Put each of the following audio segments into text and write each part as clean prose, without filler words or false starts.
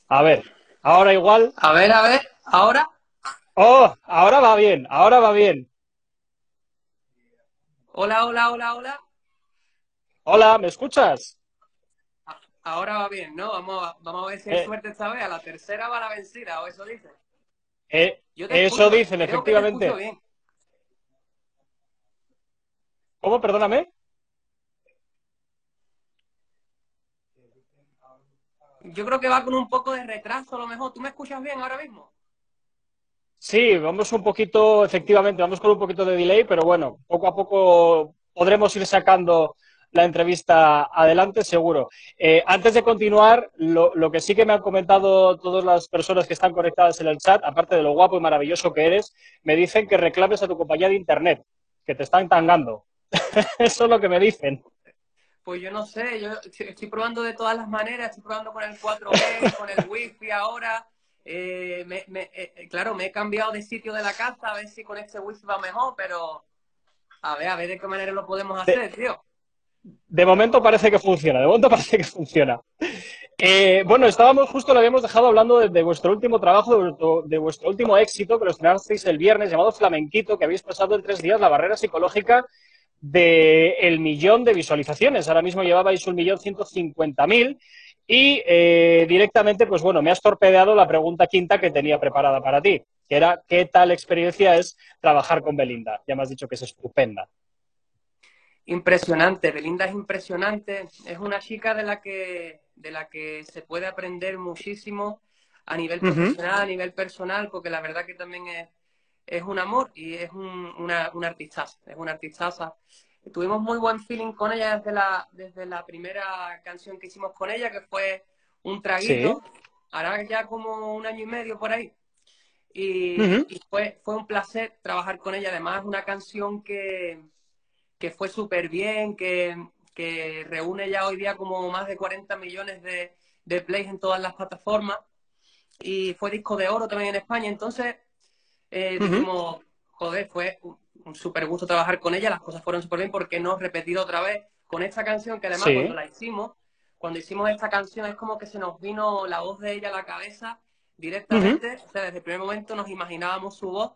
A ver, ahora igual. A ver, ahora. Oh, ahora va bien, ahora va bien. Hola, hola, hola, hola. Hola, ¿me escuchas? Ahora va bien, ¿no? Vamos a ver si hay Eh, suerte esta vez. A la tercera va la vencida, o eso dice. Yo te eso escucho, dicen, creo que te escucho efectivamente. bien. ¿Cómo? Perdóname. Yo creo que va con un poco de retraso, a lo mejor. ¿Tú me escuchas bien ahora mismo? Sí, vamos un poquito, efectivamente, vamos con un poquito de delay, pero bueno, poco a poco podremos ir sacando la entrevista adelante, seguro. Antes de continuar, lo que sí que me han comentado todas las personas que están conectadas en el chat, aparte de lo guapo y maravilloso que eres, me dicen que reclames a tu compañía de internet, que te están tangando. Eso es lo que me dicen. Pues yo no sé, yo estoy probando de todas las maneras, estoy probando con el 4G, con el Wi-Fi ahora. Claro, me he cambiado de sitio de la casa a ver si con este Wi-Fi va mejor, pero a ver de qué manera lo podemos De, hacer, tío. de momento parece que funciona, de momento parece que funciona. Bueno, estábamos justo, lo habíamos dejado hablando de vuestro último trabajo, de vuestro último éxito, que lo estrenasteis el viernes, llamado Flamenquito, que habéis pasado en 3 días la barrera psicológica del millón de visualizaciones. Ahora mismo llevabais 1.150.000 y directamente, pues bueno, me has torpedeado la pregunta quinta que tenía preparada para ti, que era ¿qué tal experiencia es trabajar con Belinda? Ya me has dicho que es estupenda. Impresionante, Belinda es impresionante, es una chica de la que se puede aprender muchísimo a nivel Uh -huh, profesional, a nivel personal, porque la verdad que también es un amor y es una artistaza, es una artistaza. Tuvimos muy buen feeling con ella desde la primera canción que hicimos con ella, que fue Un sí. Traguito, hará ya como un año y medio por ahí. Uh Y, -huh, y fue un placer trabajar con ella. Además, es una canción que fue súper bien, que reúne ya hoy día como más de 40 millones de plays en todas las plataformas y fue disco de oro también en España. Entonces uh -huh. dijimos, joder, fue un súper gusto trabajar con ella, las cosas fueron súper bien porque no repetido otra vez con esta canción que además Sí. cuando hicimos esta canción es como que se nos vino la voz de ella a la cabeza Uh -huh, directamente, o sea, desde el primer momento nos imaginábamos su voz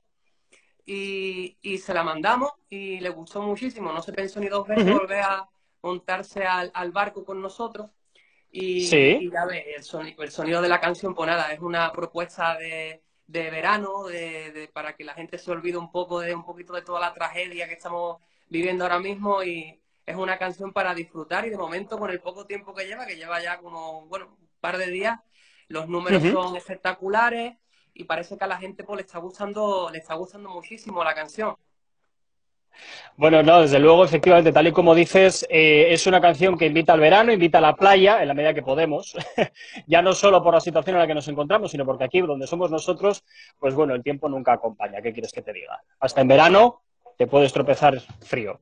y se la mandamos y le gustó muchísimo. No se pensó ni dos uh veces -huh. volver a montarse al barco con nosotros. Sí. Y ya ves, el sonido de la canción, pues nada, es una propuesta de verano, para que la gente se olvide un poquito de toda la tragedia que estamos viviendo ahora mismo y es una canción para disfrutar y de momento con el poco tiempo que lleva ya como, bueno, un par de días, los Uh números -huh. son espectaculares y parece que a la gente pues le está gustando muchísimo la canción. Bueno, no, desde luego, efectivamente, tal y como dices, es una canción que invita al verano, invita a la playa, en la medida que podemos, ya no solo por la situación en la que nos encontramos, sino porque aquí, donde somos nosotros, pues bueno, el tiempo nunca acompaña. ¿Qué quieres que te diga? Hasta en verano te puedes tropezar frío.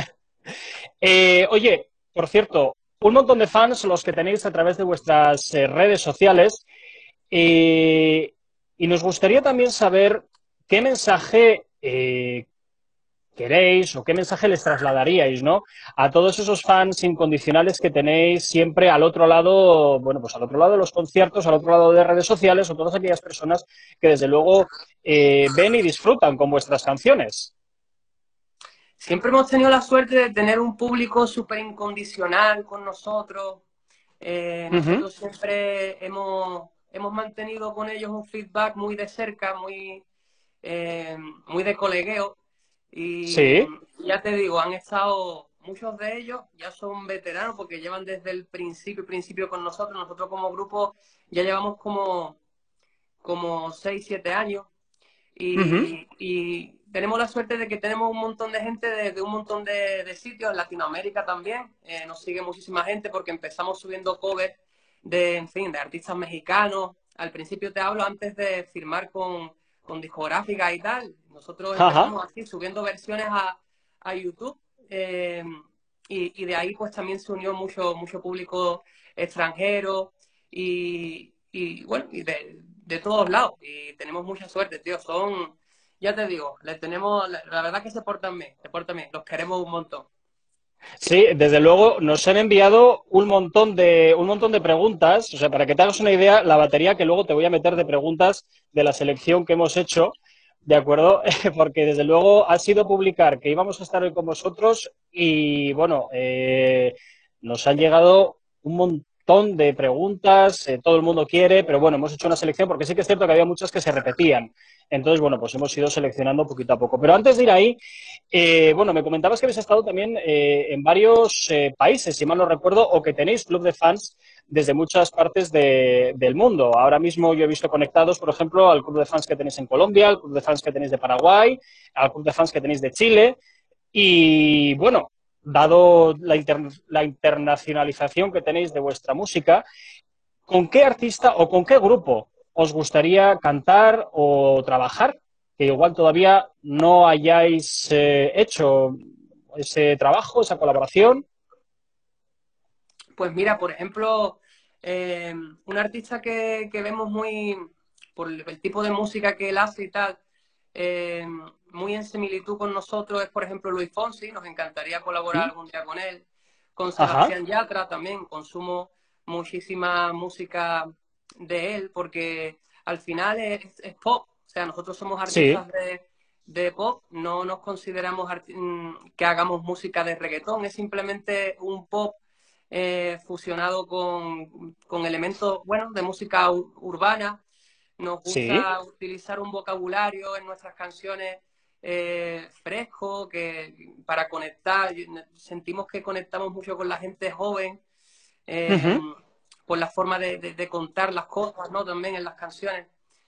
Oye, por cierto, un montón de fans los que tenéis a través de vuestras redes sociales eh, y nos gustaría también saber qué mensaje queréis o qué mensaje les trasladaríais, ¿no? A todos esos fans incondicionales que tenéis siempre al otro lado, bueno, pues al otro lado de los conciertos, al otro lado de redes sociales o todas aquellas personas que desde luego ven y disfrutan con vuestras canciones. Siempre hemos tenido la suerte de tener un público súper incondicional con nosotros. Uh -huh. Nosotros siempre hemos mantenido con ellos un feedback muy de cerca, muy de colegueo. Y Sí. ya te digo, han estado, muchos de ellos ya son veteranos porque llevan desde el principio con nosotros. Nosotros como grupo ya llevamos como 6 7 años Uh -huh. y tenemos la suerte de que tenemos un montón de gente de un montón de sitios, en Latinoamérica también, nos sigue muchísima gente porque empezamos subiendo covers en fin, de artistas mexicanos. Al principio te hablo antes de firmar con discográficas y tal. Nosotros Ajá. empezamos así, subiendo versiones a YouTube. eh, y de ahí pues también se unió mucho público extranjero y bueno, y de todos lados. Y tenemos mucha suerte, tío. Ya te digo, les tenemos, la verdad que se portan bien, los queremos un montón. Sí, desde luego nos han enviado un montón de preguntas. O sea, para que te hagas una idea, la batería que luego te voy a meter de preguntas de la selección que hemos hecho, ¿de acuerdo? Porque desde luego ha sido publicar que íbamos a estar hoy con vosotros y bueno, nos han llegado un montón de preguntas, todo el mundo quiere, pero bueno, hemos hecho una selección porque sí que es cierto que había muchas que se repetían. Entonces, bueno, pues hemos ido seleccionando poquito a poco. Pero antes de ir ahí, bueno, me comentabas que habéis estado también en varios países, si mal no recuerdo, o que tenéis club de fans desde muchas partes del mundo. Ahora mismo yo he visto conectados, por ejemplo, al club de fans que tenéis en Colombia, al club de fans que tenéis de Paraguay, al club de fans que tenéis de Chile. Y bueno, dado la internacionalización que tenéis de vuestra música, ¿con qué artista o con qué grupo os gustaría cantar o trabajar? Que igual todavía no hayáis hecho ese trabajo, esa colaboración. Pues mira, por ejemplo, un artista que vemos muy, por el tipo de música que él hace y tal, eh, muy en similitud con nosotros es, por ejemplo, Luis Fonsi. Nos encantaría colaborar algún día con él. Con Ajá, Sebastián Yatra también consumo muchísima música de él porque al final es pop. O sea, nosotros somos sí. artistas de pop, no nos consideramos que hagamos música de reggaetón, es simplemente un pop fusionado con elementos, bueno, de música urbana. Nos Sí. gusta utilizar un vocabulario en nuestras canciones fresco, que para conectar, sentimos que conectamos mucho con la gente joven, eh, Ujú, por la forma de contar las cosas, ¿no? También en las canciones.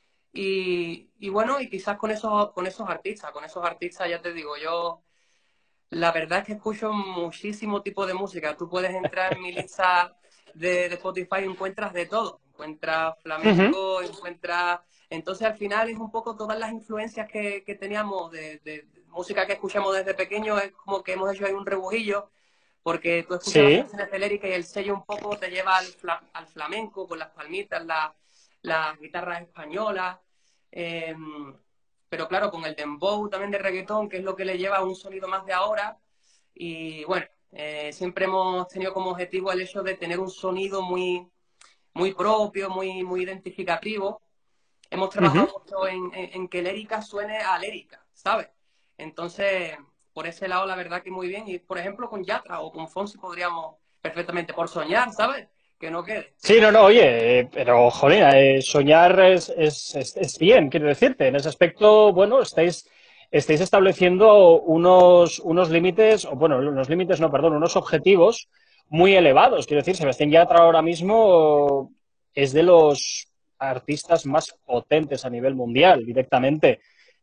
Y bueno, y quizás con esos artistas, ya te digo, yo la verdad es que escucho muchísimo tipo de música. Tú puedes entrar en mi lista de Spotify y encuentras de todo. Encuentras ujú, flamenco, encuentras... Entonces al final es un poco todas las influencias que teníamos de música que escuchamos desde pequeño, es como que hemos hecho ahí un rebujillo, porque tú escuchas las sí. canciones de Lérica y el sello un poco te lleva al flamenco con las palmitas, las guitarras españolas. Eh, pero claro, con el dembow también de reggaetón, que es lo que le lleva a un sonido más de ahora. Y bueno, siempre hemos tenido como objetivo el hecho de tener un sonido muy propio, muy identificativo. Hemos Ujú. trabajado mucho en que Lérica suene a Lérica, ¿sabes? Entonces, por ese lado, la verdad que muy bien. Y por ejemplo, con Yatra o con Fonsi podríamos perfectamente, por soñar, ¿sabes? Que no quede. Sí, no, no, oye, pero, jolina, soñar es bien, quiero decirte. En ese aspecto, bueno, estáis estableciendo unos límites, o bueno, unos límites, no, perdón, unos objetivos muy elevados. Quiero decir, Sebastián Yatra ahora mismo es de los artistas más potentes a nivel mundial, directamente.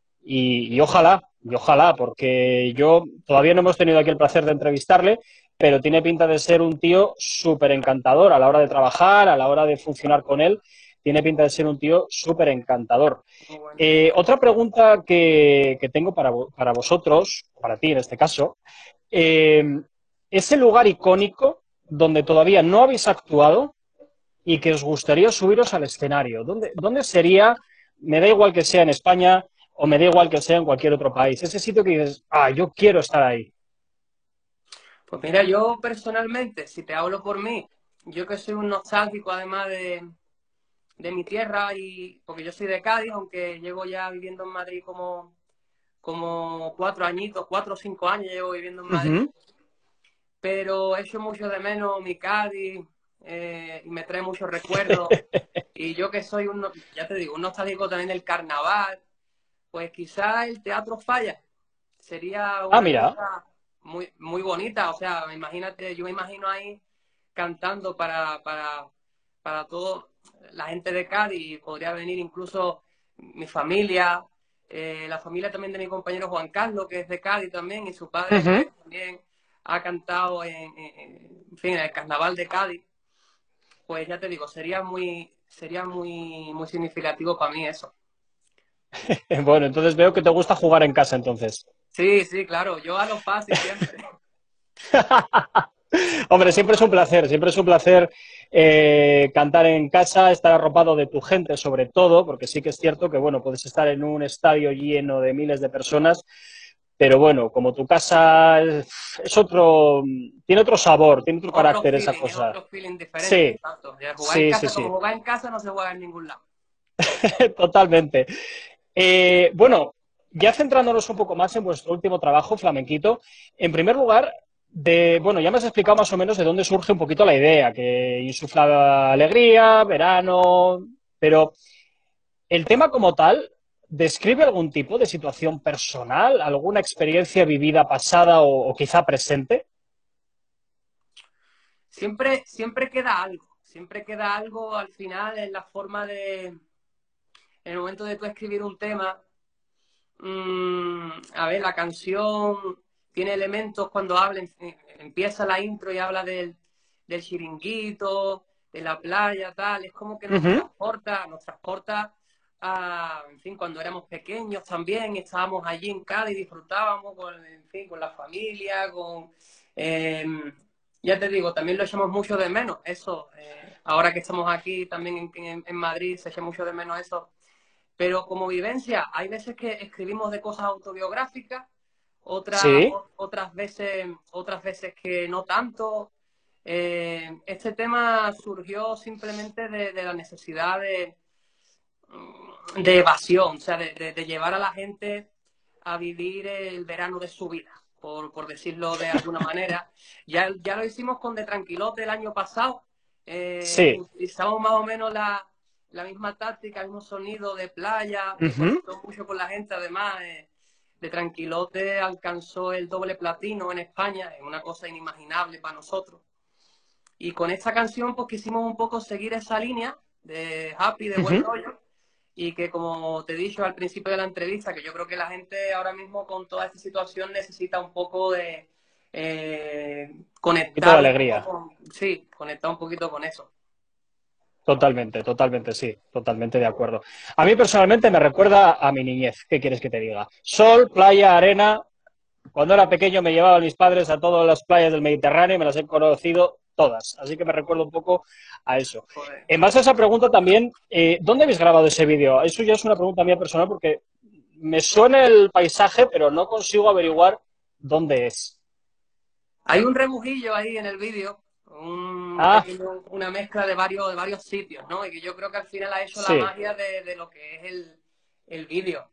Y ojalá, porque yo todavía no hemos tenido aquí el placer de entrevistarle, pero tiene pinta de ser un tío súper encantador a la hora de trabajar, a la hora de funcionar con él, tiene pinta de ser un tío súper encantador. Muy bueno. Otra pregunta que tengo para vosotros, para ti en este caso, eh, ese lugar icónico donde todavía no habéis actuado y que os gustaría subiros al escenario. ¿Dónde sería? Me da igual que sea en España o me da igual que sea en cualquier otro país. Ese sitio que dices, ah, yo quiero estar ahí. Pues mira, yo personalmente, si te hablo por mí, yo que soy un nostálgico además de mi tierra, y porque yo soy de Cádiz, aunque llevo ya viviendo en Madrid como 4 añitos, 4 o 5 años llevo viviendo en Uh Madrid, -huh. pero echo mucho de menos mi Cádiz, y me trae muchos recuerdos. Y yo que soy ya te digo, un nostálgico también del carnaval, pues quizá el Teatro Falla sería Ah, una mira. cosa muy bonita. O sea, imagínate, yo me imagino ahí cantando para todo la gente de Cádiz, podría venir incluso mi familia, la familia también de mi compañero Juan Carlos, que es de Cádiz también, y su Uh padre -huh. pues también ha cantado en fin, en el carnaval de Cádiz. Pues ya te digo, sería muy significativo para mí eso. Bueno, entonces veo que te gusta jugar en casa entonces. Sí, sí, claro, yo a lo fácil siempre. Hombre, siempre es un placer cantar en casa, estar arropado de tu gente sobre todo, porque sí que es cierto que, bueno, puedes estar en un estadio lleno de miles de personas, pero bueno, como tu casa es otro, tiene otro sabor, tiene otro carácter esa Es cosa. otro feeling diferente, Sí, exacto. Ya jugar en sí, sí, casa, como sí, jugar en casa, no se juega en ningún lado. totalmente. Bueno, ya centrándonos un poco más en vuestro último trabajo, Flamenquito, en primer lugar, bueno, ya me has explicado más o menos de dónde surge un poquito la idea, que insufla alegría, verano, pero el tema como tal, ¿describe algún tipo de situación personal, alguna experiencia vivida pasada o quizá presente? siempre queda algo al final en la forma en el momento de tú escribir un tema. A ver, la canción tiene elementos cuando empieza la intro y habla del chiringuito, de la playa, tal, es como que Ujú. nos transporta a, en fin, cuando éramos pequeños también, estábamos allí en Cádiz, disfrutábamos con, en fin, con la familia, eh, ya te digo, también lo echamos mucho de menos, eso, ahora que estamos aquí también en Madrid, se echa mucho de menos eso, pero como vivencia, hay veces que escribimos de cosas autobiográficas, Sí. otras veces que no tanto. Este tema surgió simplemente de la necesidad de evasión, o sea, de llevar a la gente a vivir el verano de su vida, por decirlo de alguna manera. Ya lo hicimos con De Tranquilote el año pasado, Sí. utilizamos más o menos la misma táctica, el mismo sonido de playa, Ujú. conectó mucho con la gente, además. De Tranquilote alcanzó el doble platino en España, es una cosa inimaginable para nosotros. Y con esta canción pues quisimos un poco seguir esa línea de happy, de buen Ujú. rollo, y que como te he dicho al principio de la entrevista, que yo creo que la gente ahora mismo con toda esta situación necesita un poco de Un poquito de conectar un poco alegría. con, sí, conectar un poquito con eso. Totalmente, totalmente, sí, totalmente de acuerdo. A mí personalmente me recuerda a mi niñez, ¿qué quieres que te diga? Sol, playa, arena. Cuando era pequeño me llevaban mis padres a todas las playas del Mediterráneo y me las he conocido todas, así que me recuerdo un poco a eso. Joder. En base a esa pregunta también, ¿dónde habéis grabado ese vídeo? Eso ya es una pregunta mía personal porque me suena el paisaje, pero no consigo averiguar dónde es. Hay un rebujillo ahí en el vídeo, Ah, una mezcla de varios sitios, ¿no? Y que yo creo que al final ha hecho la sí. magia de lo que es el vídeo.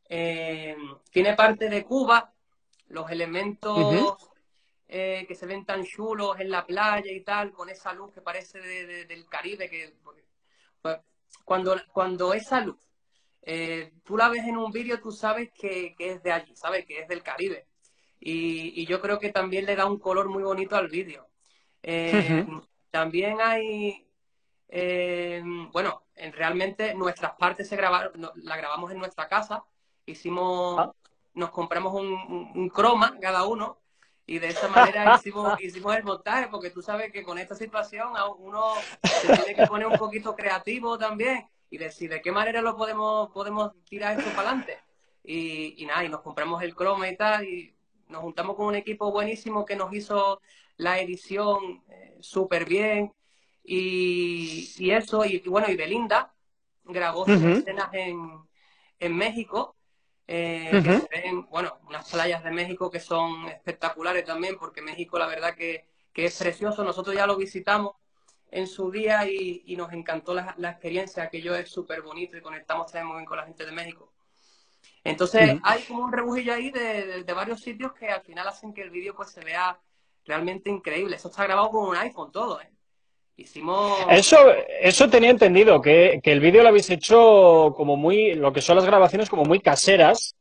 Tiene parte de Cuba, los Ujú. elementos que se ven tan chulos en la playa y tal, con esa luz que parece del Caribe, pues, cuando esa luz tú la ves en un vídeo, tú sabes que es de allí, sabes que es del Caribe. Y yo creo que también le da un color muy bonito al vídeo. Eh, Ujú. también hay, eh, bueno, realmente nuestras partes se grabaron, la grabamos en nuestra casa, hicimos, Ah. nos compramos un croma cada uno y de esa manera hicimos el montaje, porque tú sabes que con esta situación uno se tiene que poner un poquito creativo también y decir de qué manera podemos tirar esto para adelante. Y nada, y nos compramos el croma y tal, y nos juntamos con un equipo buenísimo que nos hizo la edición súper bien. Y eso, y bueno, y Belinda grabó sus Ujú. escenas en México, que Ujú. se ven, bueno, unas playas de México que son espectaculares también, porque México la verdad que es precioso. Nosotros ya lo visitamos en su día y nos encantó la experiencia, aquello es súper bonito y conectamos también muy bien con la gente de México. Entonces Ujú. hay como un rebujillo ahí de varios sitios que al final hacen que el vídeo pues se vea realmente increíble. Eso está grabado con un iPhone todo, ¿eh? Hicimos, Eso tenía entendido, que el vídeo lo habéis hecho como muy, lo que son las grabaciones como muy caseras,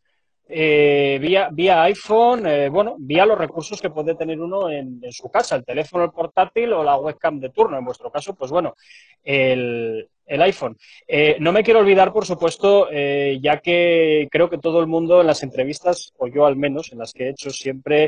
vía iPhone, bueno, vía los recursos que puede tener uno en su casa, el teléfono, el portátil o la webcam de turno. En vuestro caso, pues bueno, el iPhone. No me quiero olvidar, por supuesto, ya que creo que todo el mundo en las entrevistas, o yo al menos, en las que he hecho siempre,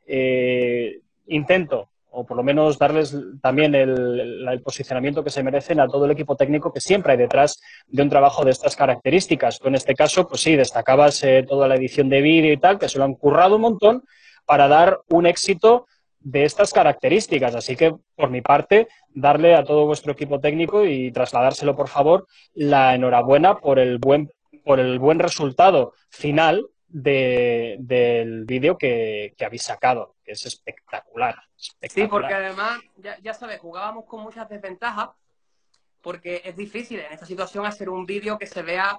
intento o por lo menos darles también el posicionamiento que se merecen a todo el equipo técnico que siempre hay detrás de un trabajo de estas características. Tú en este caso, pues sí, destacabas toda la edición de vídeo y tal, que se lo han currado un montón para dar un éxito de estas características. Así que, por mi parte, darle a todo vuestro equipo técnico y trasladárselo, por favor, la enhorabuena por el buen resultado final del vídeo que habéis sacado, que es espectacular, Sí, porque espectacular. además, ya sabes, jugábamos con muchas desventajas, porque es difícil en esta situación hacer un vídeo que se vea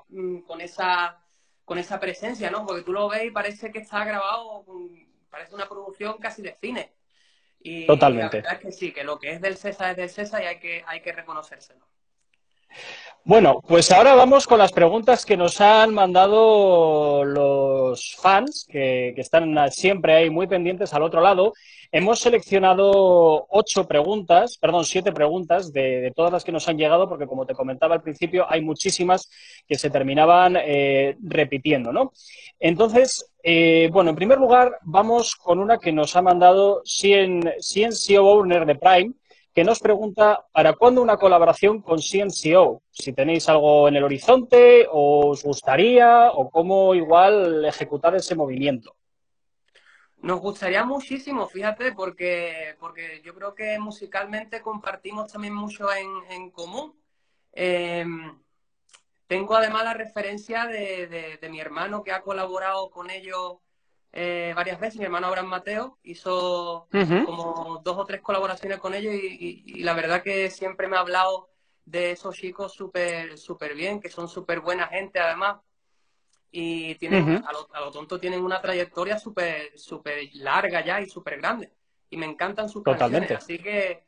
con esa presencia, ¿no? Porque tú lo ves y parece que está grabado, parece una producción casi de cine. Y la Totalmente. verdad es que sí, que lo que es del César y hay que reconocérselo. Bueno, pues ahora vamos con las preguntas que nos han mandado los fans, que están siempre ahí muy pendientes al otro lado. Hemos seleccionado 8 preguntas, perdón, 7 preguntas de todas las que nos han llegado, porque como te comentaba al principio, hay muchísimas que se terminaban repitiendo, ¿no? Entonces, bueno, en primer lugar, vamos con una que nos ha mandado CNCO Owner de Prime, que nos pregunta ¿para cuándo una colaboración con CNCO? Si tenéis algo en el horizonte, o os gustaría, o cómo igual ejecutar ese movimiento. Nos gustaría muchísimo, fíjate, porque yo creo que musicalmente compartimos también mucho en común. Eh, Tengo además la referencia de mi hermano que ha colaborado con ellos varias veces. Mi hermano Abraham Mateo hizo Uh -huh, como 2 o 3 colaboraciones con ellos y la verdad que siempre me ha hablado de esos chicos súper bien, que son súper buena gente además y uh tienen, -huh, a lo tonto tienen una trayectoria súper larga ya y súper grande. Y me encantan sus canciones, totalmente. así que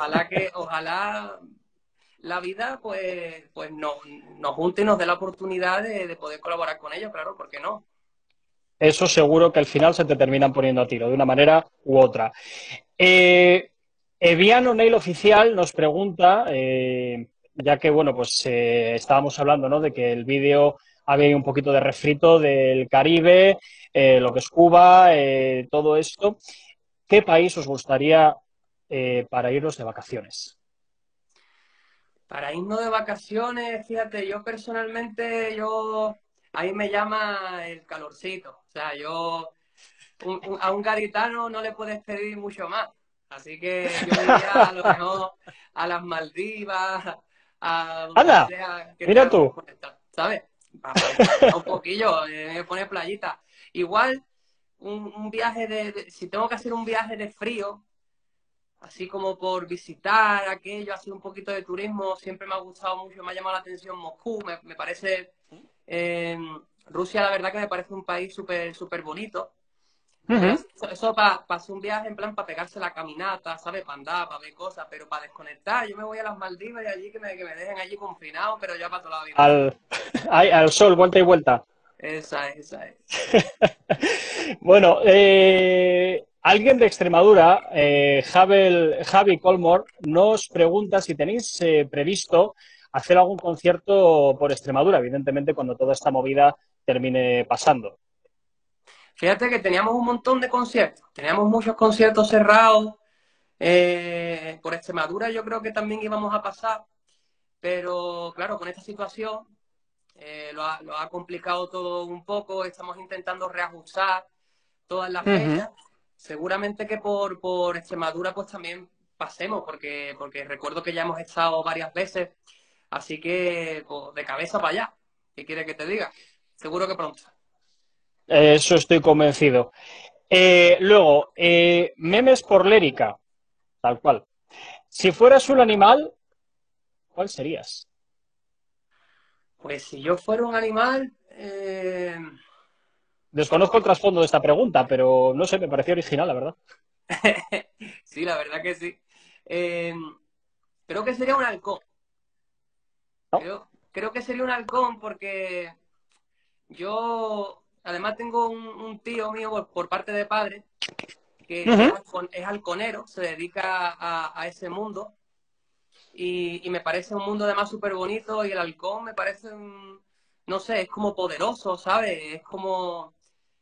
ojalá la vida pues nos junte y nos dé la oportunidad de poder colaborar con ellos, claro, ¿por qué no? Eso seguro que al final se te terminan poniendo a tiro, de una manera u otra. Eh, Eviano Nail Oficial nos pregunta, ya que bueno, pues estábamos hablando, ¿no?, de que el vídeo había un poquito de refrito del Caribe, lo que es Cuba, todo esto. ¿Qué país os gustaría para iros de vacaciones? Para irnos de vacaciones, fíjate, yo personalmente, ahí me llama el calorcito. O sea, a un gaditano no le puedes pedir mucho más. Así que yo me iría a lo mejor a las Maldivas, a donde ¡Anda! sea que Mira tengamos tú. que conectar, ¿sabes? Para desconectar un poquillo, poner playita. Igual, un viaje si tengo que hacer un viaje de frío, así como por visitar aquello, hacer un poquito de turismo, siempre me ha gustado mucho, me ha llamado la atención Moscú, me parece, eh, Rusia la verdad que me parece un país súper bonito, Uh pero -huh. eso para hacer un viaje en plan para pegarse la caminata, ¿sabes? Para andar, para ver cosas, pero para desconectar, yo me voy a las Maldivas y allí que me dejen allí confinado, pero ya para toda la vida. al, al sol, vuelta y vuelta. Esa es. Bueno, alguien de Extremadura, Javi Colmore, nos pregunta si tenéis previsto hacer algún concierto por Extremadura, evidentemente cuando toda esta movida termine pasando. Fíjate que teníamos un montón de conciertos, teníamos muchos conciertos cerrados, por Extremadura yo creo que también íbamos a pasar, pero claro, con esta situación lo ha complicado todo un poco, estamos intentando reajustar todas las Uh -huh. fechas. Seguramente que por Extremadura pues también pasemos, porque recuerdo que ya hemos estado varias veces, así que pues, de cabeza para allá. ¿Qué quiere que te diga? Seguro que pronto. Eso estoy convencido. Luego, memes por Lérica, tal cual. Si fueras un animal, ¿cuál serías? Pues si yo fuera un animal, Desconozco el trasfondo de esta pregunta, pero no sé, me pareció original, la verdad. sí, la verdad que sí. Eh, Creo que sería un halcón. ¿No? Creo que sería un halcón porque yo, además, tengo un tío mío por parte de padre Uh que -huh. es halconero, se dedica a ese mundo y me parece un mundo además súper bonito y el halcón me parece no sé, es como poderoso, ¿sabes? Es como,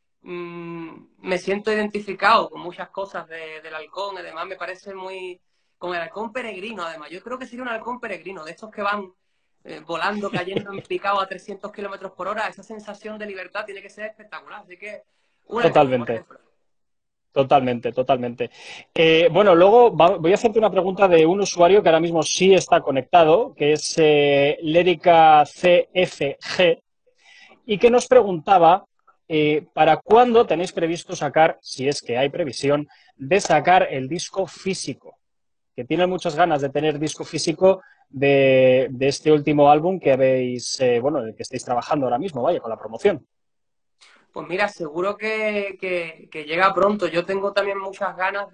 me siento identificado con muchas cosas del halcón, además me parece muy, con el halcón peregrino, además, yo creo que sería un halcón peregrino, de estos que van volando, cayendo en picado a 300 kilómetros por hora, esa sensación de libertad tiene que ser espectacular, así que un halcón, por Totalmente. ejemplo. Totalmente, totalmente. Bueno, luego voy a hacerte una pregunta de un usuario que ahora mismo sí está conectado, que es Lérica CFG, y que nos preguntaba ¿Para cuándo tenéis previsto sacar, si es que hay previsión, de sacar el disco físico? Que tienen muchas ganas de tener disco físico de este último álbum que habéis, bueno, en el que estáis trabajando ahora mismo, vaya, con la promoción. Pues mira, seguro que llega pronto. Yo tengo también muchas ganas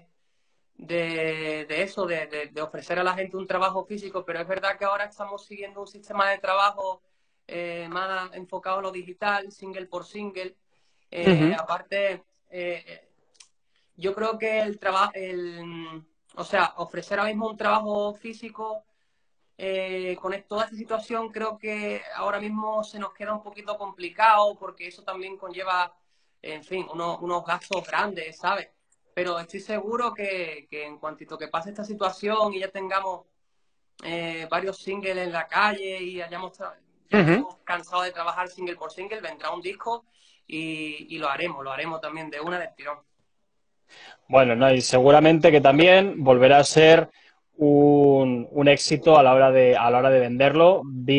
de eso, de ofrecer a la gente un trabajo físico, pero es verdad que ahora estamos siguiendo un sistema de trabajo más enfocado a lo digital, single por single. Ujú, Aparte, yo creo que o sea, ofrecer ahora mismo un trabajo físico con toda esta situación creo que ahora mismo se nos queda un poquito complicado porque eso también conlleva, en fin, unos gastos grandes, ¿sabes? Pero estoy seguro que en cuantito que pase esta situación y ya tengamos varios singles en la calle y ya ujú. estemos cansados de trabajar single por single, vendrá un disco y lo haremos también de una del tirón. Bueno, no, y seguramente que también volverá a ser un éxito a la hora de venderlo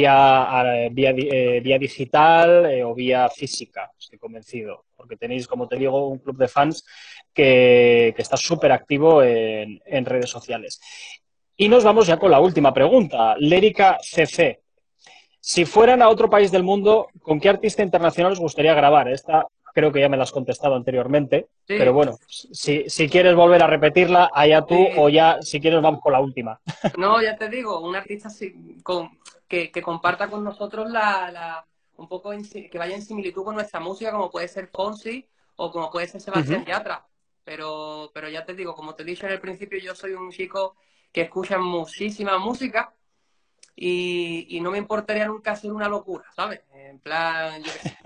vía digital o vía física, estoy convencido, porque tenéis, como te digo, un club de fans que está súper activo en redes sociales. Y nos vamos ya con la última pregunta. Lérica CC. Si fueran a otro país del mundo, ¿con qué artista internacional os gustaría grabar? Esta creo que ya me la has contestado anteriormente, pero Sí, bueno, si quieres volver a repetirla, allá tú, sí. o ya, si quieres, vamos con la última. No, ya te digo, un artista que comparta con nosotros un poco que vaya en similitud con nuestra música, como puede ser Fonsi o como puede ser Sebastián Ujú. Yatra. Pero ya te digo, como te he dicho en el principio, yo soy un chico que escucha muchísima música y no me importaría nunca hacer una locura, ¿sabes? En plan, yo qué sé,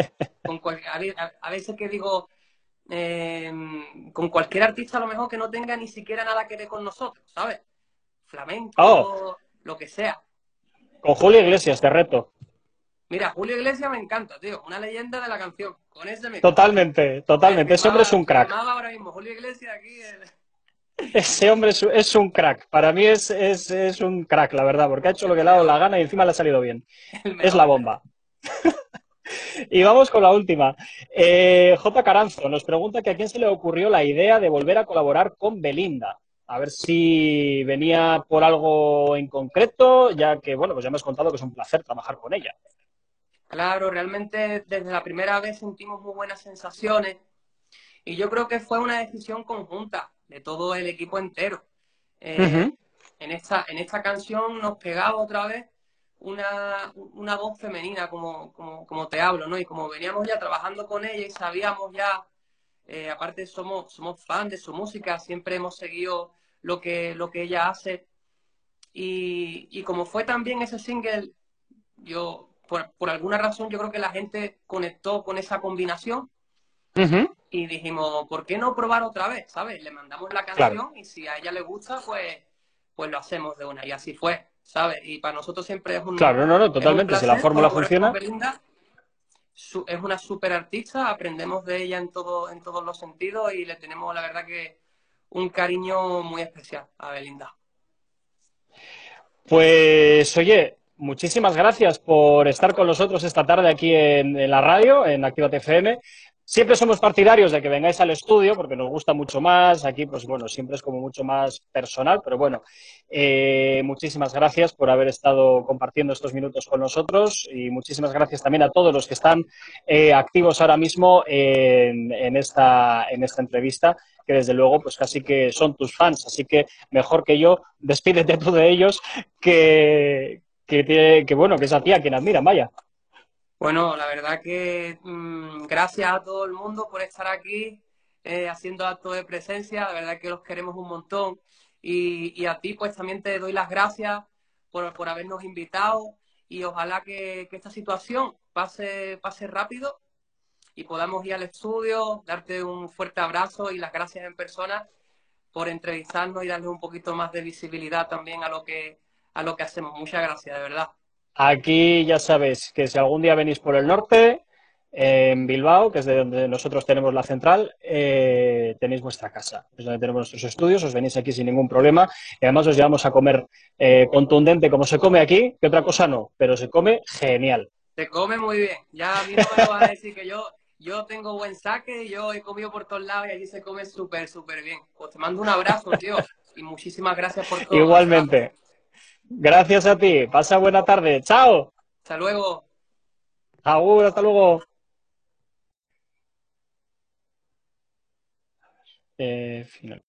a veces que digo, eh, con cualquier artista a lo mejor que no tenga ni siquiera nada que ver con nosotros, ¿sabes? Oh, Flamenco, lo que sea. con Julio Iglesias, te reto. Mira, Julio Iglesias me encanta, tío, una leyenda de la canción, con ese mismo. Totalmente, totalmente. Ese hombre es un crack. Firmaba ahora mismo Julio Iglesias aquí Ese hombre es un crack. Para mí es un crack, la verdad, porque ha hecho lo el que le ha dado la mejor, gana y encima le ha salido bien. el Es mejor, la el mejor. bomba. Y vamos con la última. J. Caranzo nos pregunta que a quién se le ocurrió la idea de volver a colaborar con Belinda. A ver si venía por algo en concreto, ya que, bueno, pues ya me has contado que es un placer trabajar con ella. Claro, realmente desde la primera vez sentimos muy buenas sensaciones y yo creo que fue una decisión conjunta de todo el equipo entero. Eh, Ujú, en esta canción nos pegaba otra vez una voz femenina, como te hablo, ¿no? Y como veníamos ya trabajando con ella y sabíamos ya, aparte somos fans de su música, siempre hemos seguido lo que ella hace. Y como fue también ese single, por alguna razón, yo creo que la gente conectó con esa combinación ujú. y dijimos, ¿por qué no probar otra vez? ¿Sabes? Le mandamos la Claro, canción y si a ella le gusta, pues lo hacemos de una. Y así fue, ¿sabes? Y para nosotros siempre claro, no, no, es un totalmente. Si la placer fórmula colaborar con funciona. Belinda. Es una súper artista, aprendemos de ella en todos los sentidos y le tenemos, la verdad, que un cariño muy especial a Belinda. Pues oye, muchísimas gracias por estar con nosotros esta tarde aquí en la radio, en Activa FM. Siempre somos partidarios de que vengáis al estudio porque nos gusta mucho más. Aquí, pues bueno, siempre es como mucho más personal, pero bueno, muchísimas gracias por haber estado compartiendo estos minutos con nosotros y muchísimas gracias también a todos los que están activos ahora mismo en esta entrevista, que desde luego, pues casi que son tus fans. Así que mejor que yo, despídete tú de ellos que bueno, que es a ti a quien admiran, vaya. Bueno, la verdad que gracias a todo el mundo por estar aquí haciendo acto de presencia, la verdad que los queremos un montón y a ti pues también te doy las gracias por habernos invitado y ojalá que esta situación pase rápido y podamos ir al estudio, darte un fuerte abrazo y las gracias en persona por entrevistarnos y darle un poquito más de visibilidad también a lo que hacemos. Muchas gracias, de verdad. Aquí ya sabéis que si algún día venís por el norte, en Bilbao, que es de donde nosotros tenemos la central, tenéis vuestra casa. Es donde tenemos nuestros estudios, os venís aquí sin ningún problema y además os llevamos a comer contundente como se come aquí, que otra cosa no, pero se come genial. Se come muy bien. Ya a mí no me lo vas a decir que yo Yo tengo buen saque, yo he comido por todos lados y allí se come súper, súper bien. Pues te mando un abrazo, tío, y muchísimas gracias por todo, de verdad. Igualmente. Gracias a ti. Pasa buena tarde. Chao. Hasta luego. Agur, hasta luego. Final.